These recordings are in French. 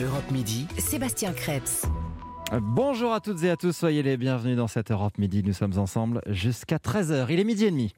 Europe Midi, Sébastien Krebs. Bonjour à toutes et à tous, soyez les bienvenus dans cette Europe Midi. Nous sommes ensemble jusqu'à 13h. Il est midi et demi.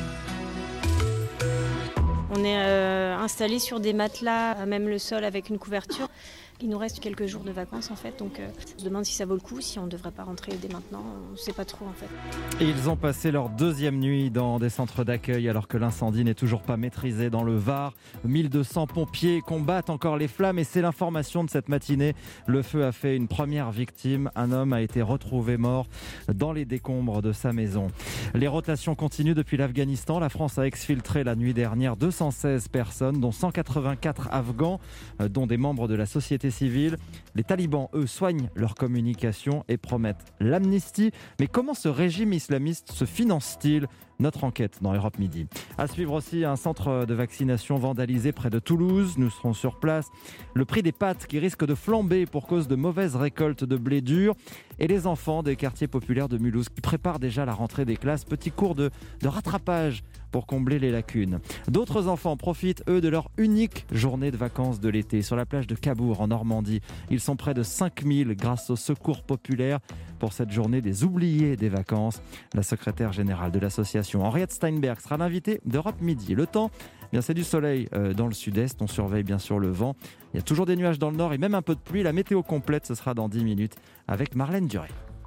On est installés sur des matelas, à même le sol avec une couverture. Il nous reste quelques jours de vacances en fait, donc on se demande si ça vaut le coup, si on ne devrait pas rentrer dès maintenant, on ne sait pas trop en fait. Et ils ont passé leur deuxième nuit dans des centres d'accueil alors que l'incendie n'est toujours pas maîtrisé dans le Var. 1200 pompiers combattent encore les flammes et c'est l'information de cette matinée. Le feu a fait une première victime, un homme a été retrouvé mort dans les décombres de sa maison. Les rotations continuent depuis l'Afghanistan. La France a exfiltré la nuit dernière 216 personnes, dont 184 Afghans, dont des membres de la société civile. Les talibans, eux, soignent leur communication et promettent l'amnistie. Mais comment ce régime islamiste se finance-t-il ? Notre enquête dans Europe Midi. À suivre aussi un centre de vaccination vandalisé près de Toulouse. Nous serons sur place. Le prix des pâtes qui risque de flamber pour cause de mauvaises récoltes de blé dur. Et les enfants des quartiers populaires de Mulhouse qui préparent déjà la rentrée des classes. Petit cours de rattrapage pour combler les lacunes. D'autres enfants profitent, eux, de leur unique journée de vacances de l'été sur la plage de Cabourg en Normandie. Ils sont près de 5000 grâce au secours populaire pour cette journée des oubliés des vacances. La secrétaire générale de l'association, Henriette Steinberg, sera l'invitée d'Europe Midi. Le temps, c'est du soleil dans le sud-est. On surveille bien sûr le vent. Il y a toujours des nuages dans le nord et même un peu de pluie. La météo complète, ce sera dans 10 minutes avec Marlène Duré.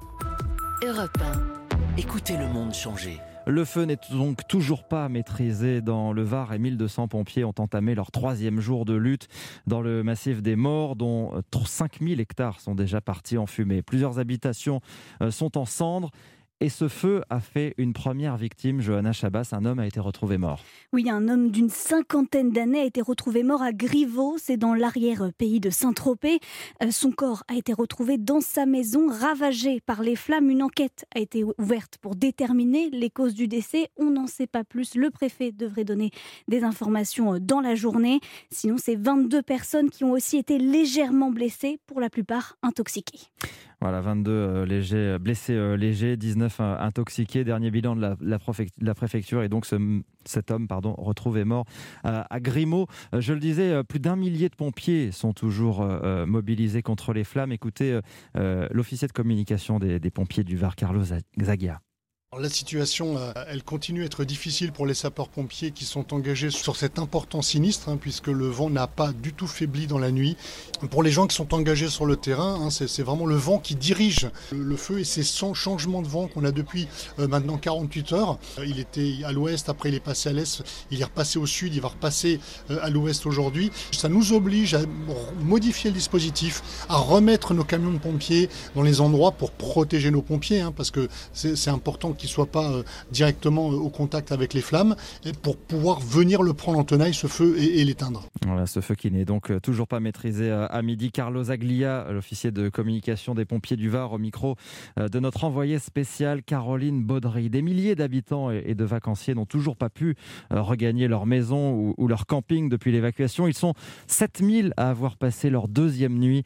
Europe 1. Écoutez le monde changer. Le feu n'est donc toujours pas maîtrisé dans le Var et 1200 pompiers ont entamé leur 3e jour de lutte dans le massif des Morts, dont 5000 hectares sont déjà partis en fumée. Plusieurs habitations sont en cendres. Et ce feu a fait une première victime, Johanna Chabas. Un homme a été retrouvé mort. Oui, un homme d'une 50aine d'années a été retrouvé mort à Griveaux, c'est dans l'arrière-pays de Saint-Tropez. Son corps a été retrouvé dans sa maison, ravagé par les flammes. Une enquête a été ouverte pour déterminer les causes du décès. On n'en sait pas plus. Le préfet devrait donner des informations dans la journée. Sinon, c'est 22 personnes qui ont aussi été légèrement blessées, pour la plupart intoxiquées. Voilà, 22 blessés légers, 19 intoxiqués. Dernier bilan de la préfecture et donc cet homme retrouvé mort à Grimaud. Je le disais, plus d'1 millier de pompiers sont toujours mobilisés contre les flammes. Écoutez l'officier de communication des pompiers du Var, Carlos Zagia. La situation, elle continue à être difficile pour les sapeurs-pompiers qui sont engagés sur cet important sinistre, puisque le vent n'a pas du tout faibli dans la nuit. Pour les gens qui sont engagés sur le terrain, c'est vraiment le vent qui dirige le feu et c'est son changement de vent qu'on a depuis maintenant 48 heures. Il était à l'ouest, après il est passé à l'est, il est repassé au sud, il va repasser à l'ouest aujourd'hui. Ça nous oblige à modifier le dispositif, à remettre nos camions de pompiers dans les endroits pour protéger nos pompiers, parce que c'est important qu'ils ne soient pas directement au contact avec les flammes et pour pouvoir venir le prendre en tenaille, ce feu, et l'éteindre. Voilà, ce feu qui n'est donc toujours pas maîtrisé à midi. Carlos Aglia, l'officier de communication des pompiers du Var, au micro de notre envoyée spéciale Caroline Baudry. Des milliers d'habitants et de vacanciers n'ont toujours pas pu regagner leur maison ou leur camping depuis l'évacuation. Ils sont 7000 à avoir passé leur 2e nuit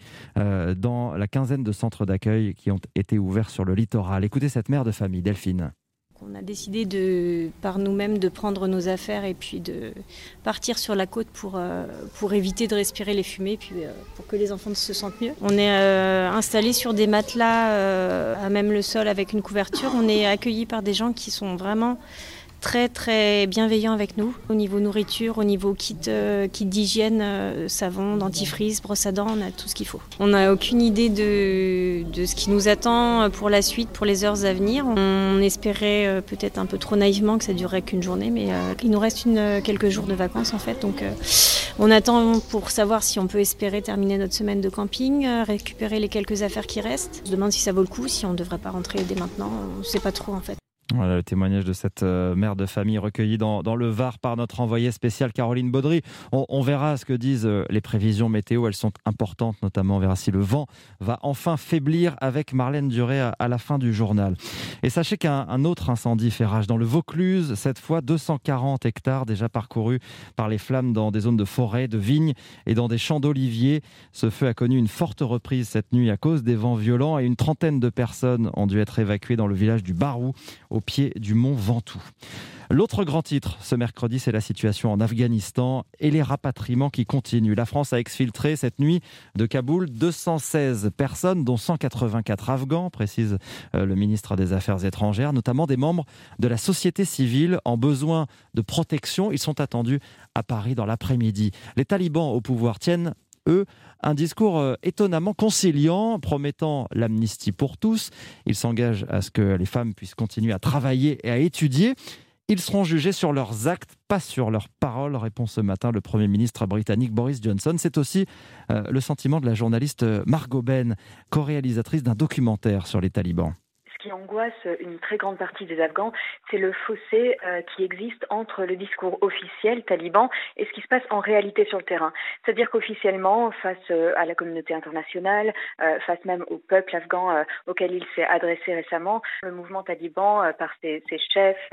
dans la quinzaine de centres d'accueil qui ont été ouverts sur le littoral. Écoutez cette mère de famille, Delphine. On a décidé par nous-mêmes de prendre nos affaires et puis de partir sur la côte pour éviter de respirer les fumées, puis pour que les enfants se sentent mieux. On est installés sur des matelas à même le sol avec une couverture. On est accueillis par des gens qui sont vraiment très très bienveillants avec nous au niveau nourriture, au niveau kit d'hygiène, savon, dentifrice, brosse à dents, on a tout ce qu'il faut. On n'a aucune idée de ce qui nous attend pour la suite, pour les heures à venir. On espérait peut-être un peu trop naïvement que ça durerait qu'une journée, mais il nous reste quelques jours de vacances en fait, donc on attend pour savoir si on peut espérer terminer notre semaine de camping, récupérer les quelques affaires qui restent. On se demande si ça vaut le coup, si on ne devrait pas rentrer dès maintenant, on ne sait pas trop en fait. Voilà le témoignage de cette mère de famille recueillie dans le Var par notre envoyée spéciale Caroline Baudry. On verra ce que disent les prévisions météo, elles sont importantes, notamment on verra si le vent va enfin faiblir avec Marlène Duré à la fin du journal. Et sachez qu'un autre incendie fait rage dans le Vaucluse, cette fois 240 hectares déjà parcourus par les flammes dans des zones de forêt, de vignes et dans des champs d'oliviers. Ce feu a connu une forte reprise cette nuit à cause des vents violents et une trentaine de personnes ont dû être évacuées dans le village du Barou, au pied du mont Ventoux. L'autre grand titre ce mercredi, c'est la situation en Afghanistan et les rapatriements qui continuent. La France a exfiltré cette nuit de Kaboul 216 personnes, dont 184 Afghans, précise le ministre des Affaires étrangères, notamment des membres de la société civile en besoin de protection. Ils sont attendus à Paris dans l'après-midi. Les talibans au pouvoir tiennent, eux, un discours étonnamment conciliant, promettant l'amnistie pour tous. Ils s'engagent à ce que les femmes puissent continuer à travailler et à étudier. Ils seront jugés sur leurs actes, pas sur leurs paroles, répond ce matin le Premier ministre britannique Boris Johnson. C'est aussi le sentiment de la journaliste Margot Ben, co-réalisatrice d'un documentaire sur les talibans. Ce qui angoisse une très grande partie des Afghans, c'est le fossé qui existe entre le discours officiel taliban et ce qui se passe en réalité sur le terrain. C'est-à-dire qu'officiellement, face à la communauté internationale, face même au peuple afghan auquel il s'est adressé récemment, le mouvement taliban, par ses chefs,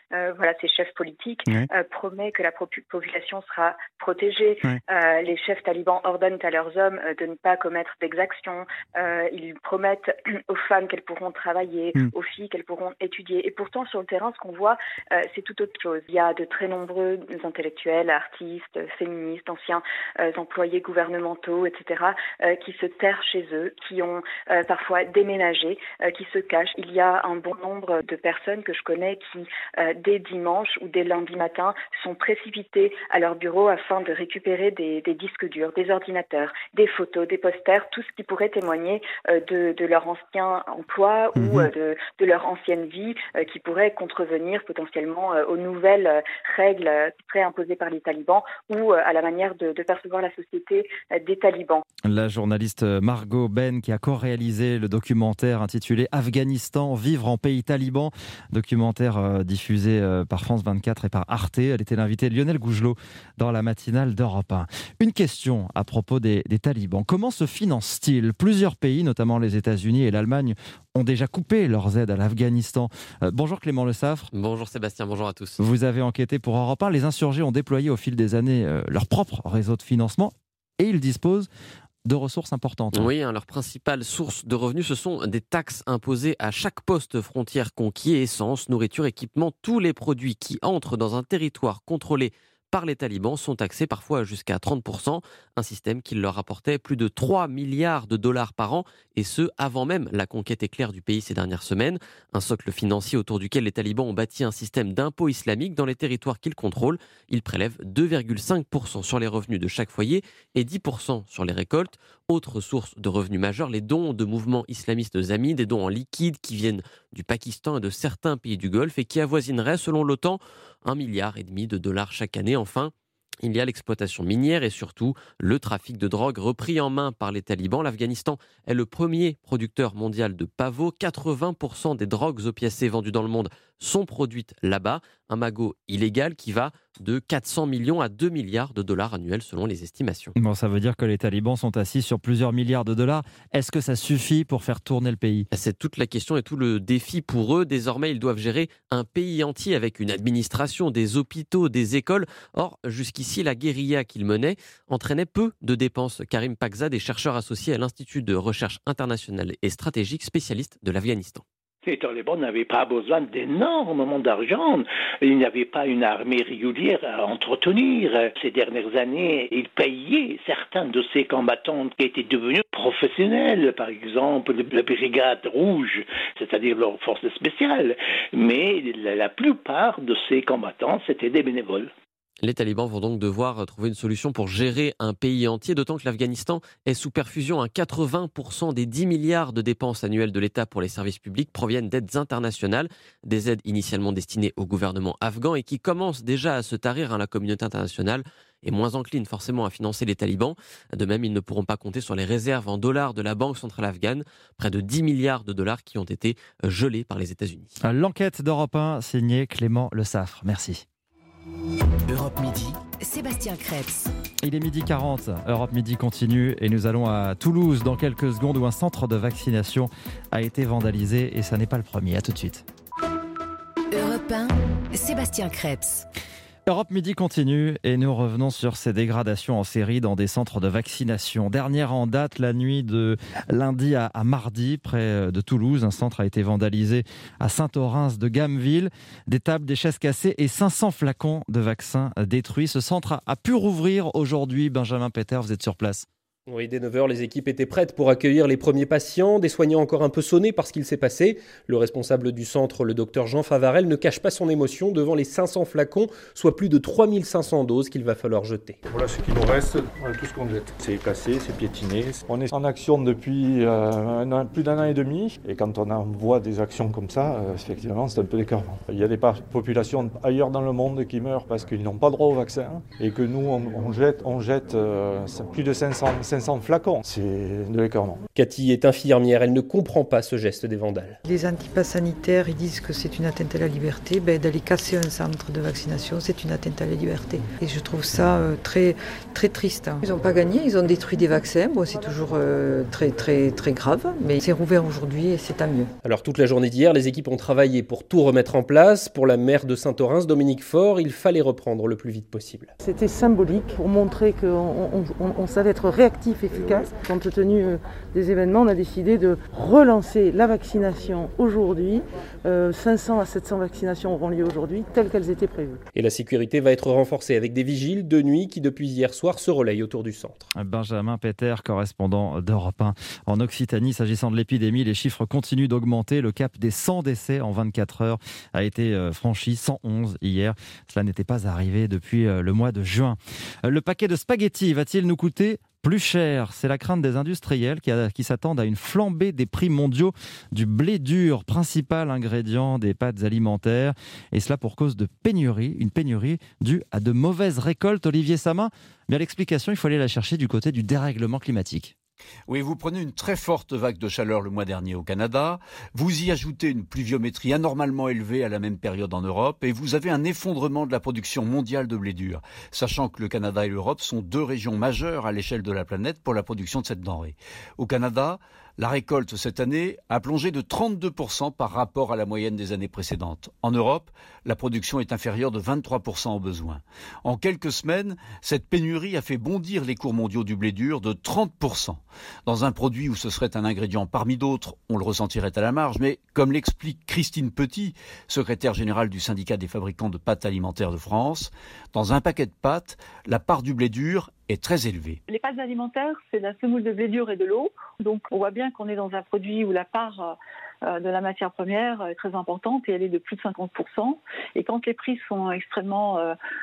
ses chefs politiques, promet que la population sera protégée. Les chefs talibans ordonnent à leurs hommes de ne pas commettre d'exactions. Ils promettent aux femmes qu'elles pourront travailler, aux filles qu'elles pourront étudier. Et pourtant, sur le terrain, ce qu'on voit, c'est tout autre chose. Il y a de très nombreux intellectuels, artistes, féministes, anciens employés gouvernementaux, etc., qui se terrent chez eux, qui ont parfois déménagé, qui se cachent. Il y a un bon nombre de personnes que je connais qui, dès dimanche ou dès lundi matin, sont précipitées à leur bureau afin de récupérer des disques durs, des ordinateurs, des photos, des posters, tout ce qui pourrait témoigner de leur ancien emploi ou de leur ancienne vie qui pourrait contrevenir potentiellement aux nouvelles règles qui seraient imposées par les talibans ou à la manière de percevoir la société des talibans. La journaliste Margot Ben qui a co-réalisé le documentaire intitulé « Afghanistan, vivre en pays taliban », documentaire diffusé par France 24 et par Arte. Elle était l'invitée de Lionel Gougelot dans la matinale d'Europe 1. Une question à propos des talibans. Comment se financent-ils ? Plusieurs pays, notamment les États-Unis et l'Allemagne, ont déjà coupé leurs aides à l'Afghanistan. Bonjour Clément Le Saffre. Bonjour Sébastien, bonjour à tous. Vous avez enquêté pour Europe 1. Les insurgés ont déployé au fil des années leur propre réseau de financement et ils disposent de ressources importantes. Oui, leur principale source de revenus, ce sont des taxes imposées à chaque poste frontière conquis, essence, nourriture, équipement. Tous les produits qui entrent dans un territoire contrôlé par les talibans sont taxés parfois jusqu'à 30%, un système qui leur rapportait plus de 3 milliards de dollars par an, et ce, avant même la conquête éclair du pays ces dernières semaines. Un socle financier autour duquel les talibans ont bâti un système d'impôt islamique dans les territoires qu'ils contrôlent. Ils prélèvent 2,5% sur les revenus de chaque foyer et 10% sur les récoltes. Autre source de revenus majeure, les dons de mouvements islamistes amis, des dons en liquide qui viennent du Pakistan et de certains pays du Golfe et qui avoisineraient, selon l'OTAN, 1,5 milliard de dollars chaque année. Enfin, il y a l'exploitation minière et surtout le trafic de drogue repris en main par les talibans. L'Afghanistan est le premier producteur mondial de pavot. 80% des drogues opiacées vendues dans le monde sont produites là-bas. Un magot illégal qui va de 400 millions à 2 milliards de dollars annuels selon les estimations. Bon, ça veut dire que les talibans sont assis sur plusieurs milliards de dollars. Est-ce que ça suffit pour faire tourner le pays ? C'est toute la question et tout le défi pour eux. Désormais, ils doivent gérer un pays entier avec une administration, des hôpitaux, des écoles. Or, jusqu'ici, la guérilla qu'ils menaient entraînait peu de dépenses. Karim Pakzad est chercheur associé à l'Institut de recherche internationale et stratégique spécialiste de l'Afghanistan. Les talibans n'avaient pas besoin d'énormément d'argent. Il n'y avait pas une armée régulière à entretenir. Ces dernières années, ils payaient certains de ces combattants qui étaient devenus professionnels, par exemple la brigade rouge, c'est-à-dire leurs forces spéciales. Mais la plupart de ces combattants, c'était des bénévoles. Les talibans vont donc devoir trouver une solution pour gérer un pays entier, d'autant que l'Afghanistan est sous perfusion. 80% des 10 milliards de dépenses annuelles de l'État pour les services publics proviennent d'aides internationales, des aides initialement destinées au gouvernement afghan et qui commencent déjà à se tarir. La communauté internationale est moins encline forcément à financer les talibans. De même, ils ne pourront pas compter sur les réserves en dollars de la Banque centrale afghane, près de 10 milliards de dollars qui ont été gelés par les États-Unis. L'enquête d'Europe 1 signée Clément Le Saffre. Merci. Europe Midi, Sébastien Krebs. Il est 12h40, Europe Midi continue et nous allons à Toulouse dans quelques secondes où un centre de vaccination a été vandalisé et ça n'est pas le premier. À tout de suite. Europe 1, Sébastien Krebs. Europe Midi continue et nous revenons sur ces dégradations en série dans des centres de vaccination. Dernière en date, la nuit de lundi à mardi, près de Toulouse. Un centre a été vandalisé à Saint-Orens de Gameville. Des tables, des chaises cassées et 500 flacons de vaccins détruits. Ce centre a pu rouvrir aujourd'hui. Benjamin Peter, vous êtes sur place. Oui, dès 9h, les équipes étaient prêtes pour accueillir les premiers patients, des soignants encore un peu sonnés par ce qu'il s'est passé. Le responsable du centre, le docteur Jean Favarel, ne cache pas son émotion devant les 500 flacons, soit plus de 3500 doses qu'il va falloir jeter. Voilà ce qui nous reste, voilà tout ce qu'on jette. C'est cassé, c'est piétiné. On est en action depuis plus d'un an et demi, et quand on voit des actions comme ça, effectivement, c'est un peu écœurant. Il y a des populations ailleurs dans le monde qui meurent parce qu'ils n'ont pas droit au vaccin, et que nous, on jette plus de 500 flacons, c'est de l'écœurement. Cathy est infirmière, elle ne comprend pas ce geste des vandales. Les antipasses sanitaires, ils disent que c'est une atteinte à la liberté. D'aller casser un centre de vaccination, c'est une atteinte à la liberté. Et je trouve ça très, très triste. Ils n'ont pas gagné, ils ont détruit des vaccins. Bon, c'est toujours très, très, très grave, mais c'est rouvert aujourd'hui et c'est tant mieux. Alors toute la journée d'hier, les équipes ont travaillé pour tout remettre en place. Pour la maire de Saint-Orens, Dominique Faure, il fallait reprendre le plus vite possible. C'était symbolique pour montrer qu'on savait être réactif, efficace. Compte tenu des événements, on a décidé de relancer la vaccination aujourd'hui. 500 à 700 vaccinations auront lieu aujourd'hui, telles qu'elles étaient prévues. Et la sécurité va être renforcée avec des vigiles de nuit qui, depuis hier soir, se relayent autour du centre. Benjamin Peter, correspondant d'Europe 1. En Occitanie, s'agissant de l'épidémie, les chiffres continuent d'augmenter. Le cap des 100 décès en 24 heures a été franchi, 111 hier. Cela n'était pas arrivé depuis le mois de juin. Le paquet de spaghettis va-t-il nous coûter plus cher? C'est la crainte des industriels qui s'attendent à une flambée des prix mondiaux du blé dur, principal ingrédient des pâtes alimentaires. Et cela pour cause de pénurie, une pénurie due à de mauvaises récoltes. Olivier Samin, bien l'explication, il faut aller la chercher du côté du dérèglement climatique. Oui, vous prenez une très forte vague de chaleur le mois dernier au Canada, vous y ajoutez une pluviométrie anormalement élevée à la même période en Europe et vous avez un effondrement de la production mondiale de blé dur, sachant que le Canada et l'Europe sont deux régions majeures à l'échelle de la planète pour la production de cette denrée. Au Canada, la récolte cette année a plongé de 32% par rapport à la moyenne des années précédentes. En Europe, la production est inférieure de 23% aux besoins. En quelques semaines, cette pénurie a fait bondir les cours mondiaux du blé dur de 30%. Dans un produit où ce serait un ingrédient parmi d'autres, on le ressentirait à la marge, mais comme l'explique Christine Petit, secrétaire générale du syndicat des fabricants de pâtes alimentaires de France, dans un paquet de pâtes, la part du blé dur est très élevée. Les pâtes alimentaires, c'est de la semoule de blé dur et de l'eau. Donc on voit bien qu'on est dans un produit où la part de la matière première est très importante et elle est de plus de 50%. Et quand les prix sont extrêmement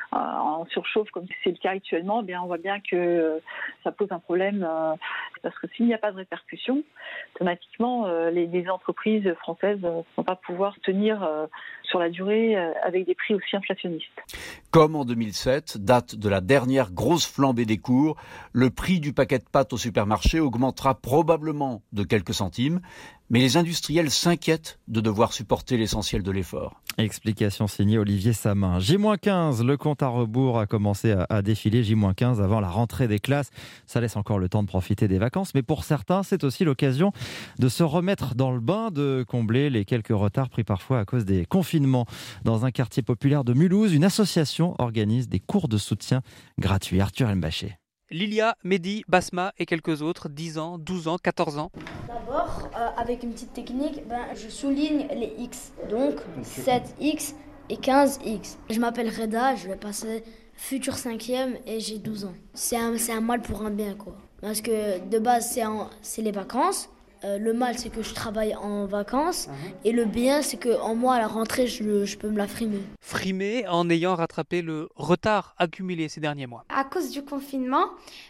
en surchauffe, comme c'est le cas actuellement, eh bien on voit bien que ça pose un problème parce que s'il n'y a pas de répercussion, automatiquement les entreprises françaises ne vont pas pouvoir tenir sur la durée avec des prix aussi inflationnistes. Comme en 2007, date de la dernière grosse flambée des cours, le prix du paquet de pâtes au supermarché augmentera probablement de quelques centimes, mais les industriels s'inquiètent de devoir supporter l'essentiel de l'effort. Explication signée Olivier Samin. J-15, le compte à rebours a commencé à défiler. J-15 avant la rentrée des classes. Ça laisse encore le temps de profiter des vacances, mais pour certains, c'est aussi l'occasion de se remettre dans le bain, de combler les quelques retards pris parfois à cause des confinements. Dans un quartier populaire de Mulhouse, une association organise des cours de soutien gratuits. Arthur Elmbaché. Lilia, Mehdi, Basma et quelques autres, 10 ans, 12 ans, 14 ans. D'abord, avec une petite technique, je souligne les X. Donc 7X et 15X. Je m'appelle Reda, je vais passer futur 5e et j'ai 12 ans. C'est un mal pour un bien, quoi. Parce que de base, c'est les vacances. Le mal, c'est que je travaille en vacances. Et le bien, c'est qu'en moi, à la rentrée, je peux me la frimer. Frimer en ayant rattrapé le retard accumulé ces derniers mois. À cause du confinement,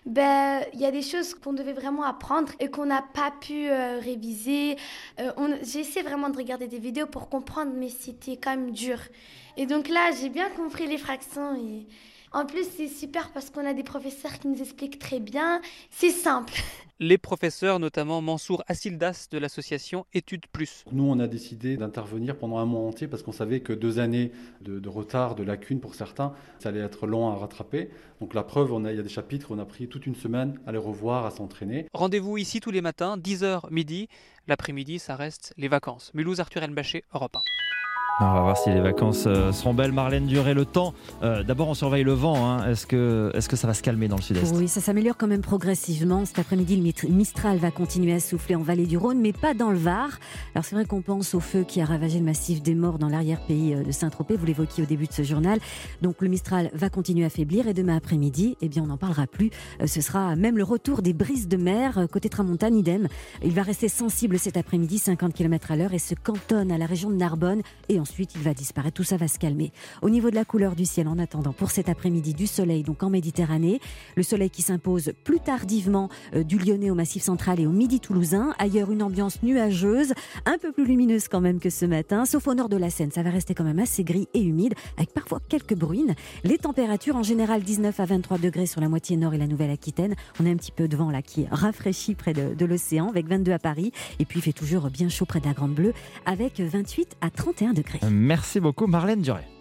y a des choses qu'on devait vraiment apprendre et qu'on n'a pas pu réviser. J'ai essayé vraiment de regarder des vidéos pour comprendre, mais c'était quand même dur. Et donc là, j'ai bien compris les fractions. Et en plus, c'est super parce qu'on a des professeurs qui nous expliquent très bien. C'est simple. Les professeurs, notamment Mansour Assildas de l'association Études Plus. Nous, on a décidé d'intervenir pendant un mois entier parce qu'on savait que 2 années de retard, de lacunes pour certains, ça allait être long à rattraper. Donc la preuve, il y a des chapitres, on a pris toute une semaine à les revoir, à s'entraîner. Rendez-vous ici tous les matins, 10h midi. L'après-midi, ça reste les vacances. Mulhouse, Arthur Elmbaché, Europe 1. On va voir si les vacances seront belles. Marlène Duré, le temps. D'abord, on surveille le vent. Hein. Est-ce que ça va se calmer dans le sud-est ? Oui, ça s'améliore quand même progressivement. Cet après-midi, le Mistral va continuer à souffler en vallée du Rhône, mais pas dans le Var. Alors c'est vrai qu'on pense au feu qui a ravagé le massif des Morts dans l'arrière-pays de Saint-Tropez. Vous l'évoquiez au début de ce journal. Donc le Mistral va continuer à faiblir et demain après-midi, on n'en parlera plus. Ce sera même le retour des brises de mer. Côté Tramontane, idem. Il va rester sensible cet après-midi, 50 km/h et se cantonne à la région de Narbonne. Et ensuite, il va disparaître. Tout ça va se calmer. Au niveau de la couleur du ciel, en attendant, pour cet après-midi, du soleil donc en Méditerranée. Le soleil qui s'impose plus tardivement du Lyonnais au Massif central et au Midi toulousain. Ailleurs, une ambiance nuageuse, un peu plus lumineuse quand même que ce matin, sauf au nord de la Seine. Ça va rester quand même assez gris et humide, avec parfois quelques bruines. Les températures, en général, 19 à 23 degrés sur la moitié nord et la Nouvelle-Aquitaine. On a un petit peu de vent là qui rafraîchit près de l'océan, avec 22 à Paris. Et puis, il fait toujours bien chaud près de la Grande Bleue, avec 28 à 31 degrés. Merci beaucoup Marlène Duré.